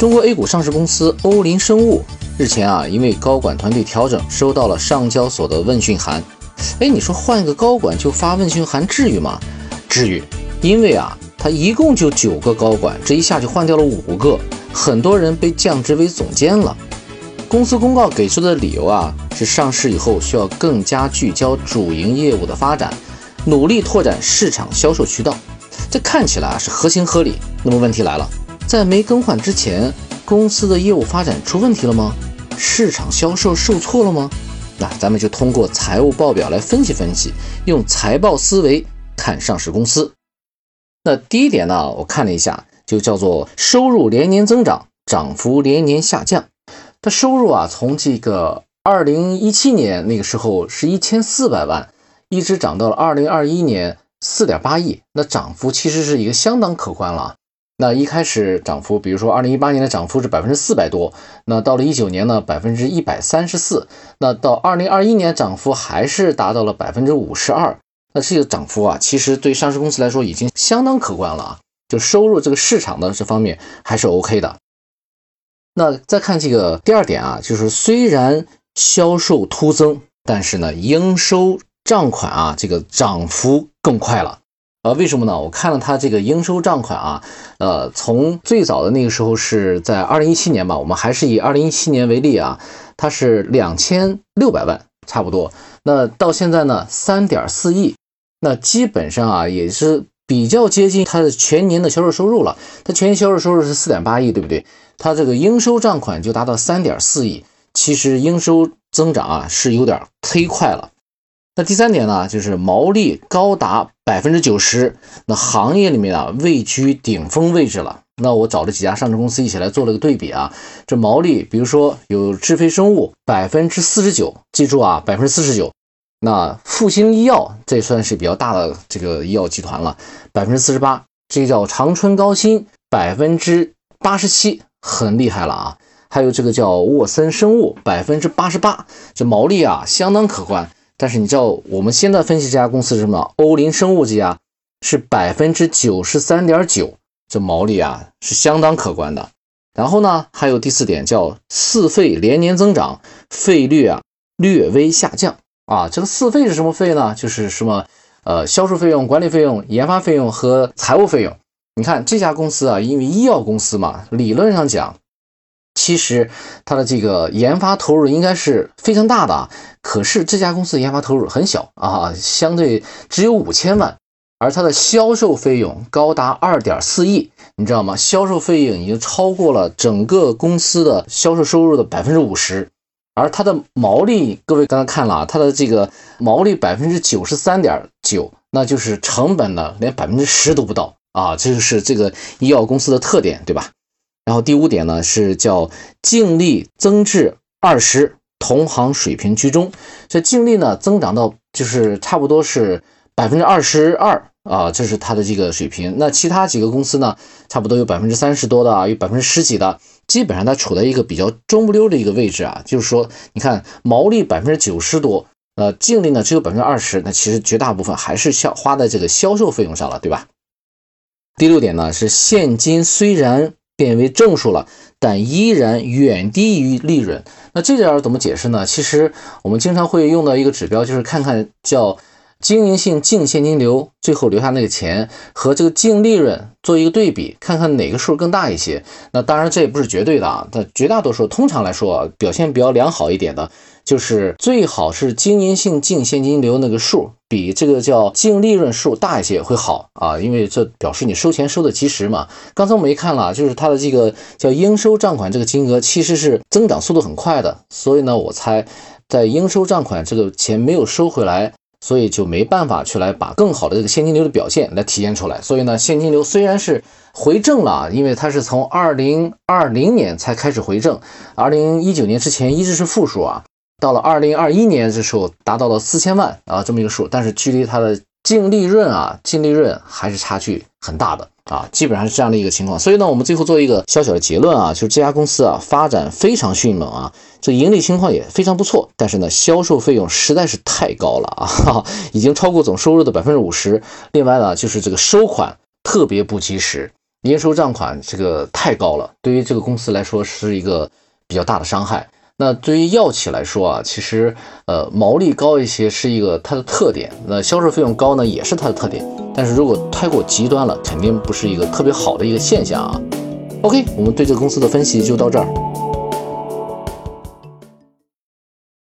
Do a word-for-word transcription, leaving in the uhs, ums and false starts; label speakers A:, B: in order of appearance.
A: 中国 A 股上市公司欧林生物日前啊，因为高管团队调整，收到了上交所的问讯函。哎，你说换一个高管就发问讯函，至于吗？至于，因为啊，他一共就九个高管，这一下就换掉了五个，很多人被降职为总监了。公司公告给出的理由啊，是上市以后需要更加聚焦主营业务的发展，努力拓展市场销售渠道。这看起来啊是合情合理。那么问题来了，在没更换之前，公司的业务发展出问题了吗？市场销售受挫了吗？那咱们就通过财务报表来分析分析，用财报思维看上市公司。那第一点呢，我看了一下，就叫做收入连年增长，涨幅连年下降。它收入啊，从这个二零一七年那个时候是一千四百万，一直涨到了二零二一年 四点八亿，那涨幅其实是一个相当可观了。那一开始涨幅，比如说二零一八年的涨幅是百分之四百多，那到了一九年呢百分之一百三十四，那到二零二一年涨幅还是达到了百分之五十二。那这个涨幅啊，其实对上市公司来说已经相当可观了啊，就收入这个市场的这方面还是 OK 的。那再看这个第二点啊，就是虽然销售突增，但是呢，应收账款啊，这个涨幅更快了。呃，为什么呢？我看了它这个应收账款啊，呃，从最早的那个时候是在二零一七年吧，我们还是以二零一七年为例啊，它是两千六百万差不多。那到现在呢 三点四亿，那基本上啊也是比较接近它的全年的销售收入了。它全年销售收入是 四点八亿，对不对？它这个应收账款就达到 三点四亿，其实应收增长啊是有点忒快了。那第三点呢，就是毛利高达 百分之九十， 那行业里面啊位居顶峰位置了。那我找了几家上市公司一起来做了个对比啊，这毛利比如说有智飞生物 百分之四十九， 记住啊 百分之四十九， 那复星医药这算是比较大的这个医药集团了 百分之四十八， 这叫长春高新 百分之八十七， 很厉害了啊。还有这个叫沃森生物 百分之八十八， 这毛利啊相当可观。但是你知道我们现在分析这家公司是什么？欧林生物这家是 百分之九十三点九， 这毛利啊是相当可观的。然后呢，还有第四点叫四费连年增长，费率啊略微下降啊。这个四费是什么费呢？就是什么呃销售费用、管理费用、研发费用和财务费用。你看这家公司啊，因为医药公司嘛，理论上讲其实它的这个研发投入应该是非常大的啊，可是这家公司的研发投入很小啊，相对只有五千万，而它的销售费用高达 二点四亿，你知道吗？销售费用已经超过了整个公司的销售收入的 百分之五十， 而它的毛利，各位刚才看了啊，它的这个毛利 百分之九十三点九， 那就是成本呢连 百分之十 都不到啊，这就是这个医药公司的特点，对吧？然后第五点呢是叫净利增至二十，同行水平居中。这净利呢增长到就是差不多是 百分之二十二 啊，这是它的这个水平。那其他几个公司呢，差不多有 百分之三十 多的啊，有 百分之十 几的，基本上它处在一个比较中不溜的一个位置啊。就是说你看毛利 百分之九十 多，呃净利呢只有 百分之二十， 那其实绝大部分还是花在这个销售费用上了，对吧？第六点呢是现金虽然变为正数了，但依然远低于利润。那这点怎么解释呢？其实我们经常会用到一个指标，就是看看叫经营性净现金流，最后留下那个钱和这个净利润做一个对比，看看哪个数更大一些。那当然这也不是绝对的啊，但绝大多数通常来说啊，表现比较良好一点的就是最好是经营性净现金流那个数比这个叫净利润数大一些会好啊，因为这表示你收钱收的及时嘛。刚才我们一看了，就是它的这个叫应收账款这个金额其实是增长速度很快的，所以呢我猜在应收账款这个钱没有收回来，所以就没办法去来把更好的这个现金流的表现来体现出来。所以呢现金流虽然是回正了，因为它是从二零二零年才开始回正，二零一九年之前一直是负数啊，到了二零二一年这时候达到了四千万啊这么一个数，但是距离它的净利润啊净利润还是差距很大的啊，基本上是这样的一个情况。所以呢我们最后做一个小小的结论啊，就是这家公司啊发展非常迅猛啊，这盈利情况也非常不错，但是呢销售费用实在是太高了啊，哈哈，已经超过总收入的 百分之五十。 另外呢就是这个收款特别不及时年收账款这个太高了，对于这个公司来说是一个比较大的伤害。那对于药企来说啊，其实呃毛利高一些是一个它的特点，那销售费用高呢也是它的特点。但是如果太过极端了，肯定不是一个特别好的一个现象啊。OK， 我们对这个公司的分析就到这儿。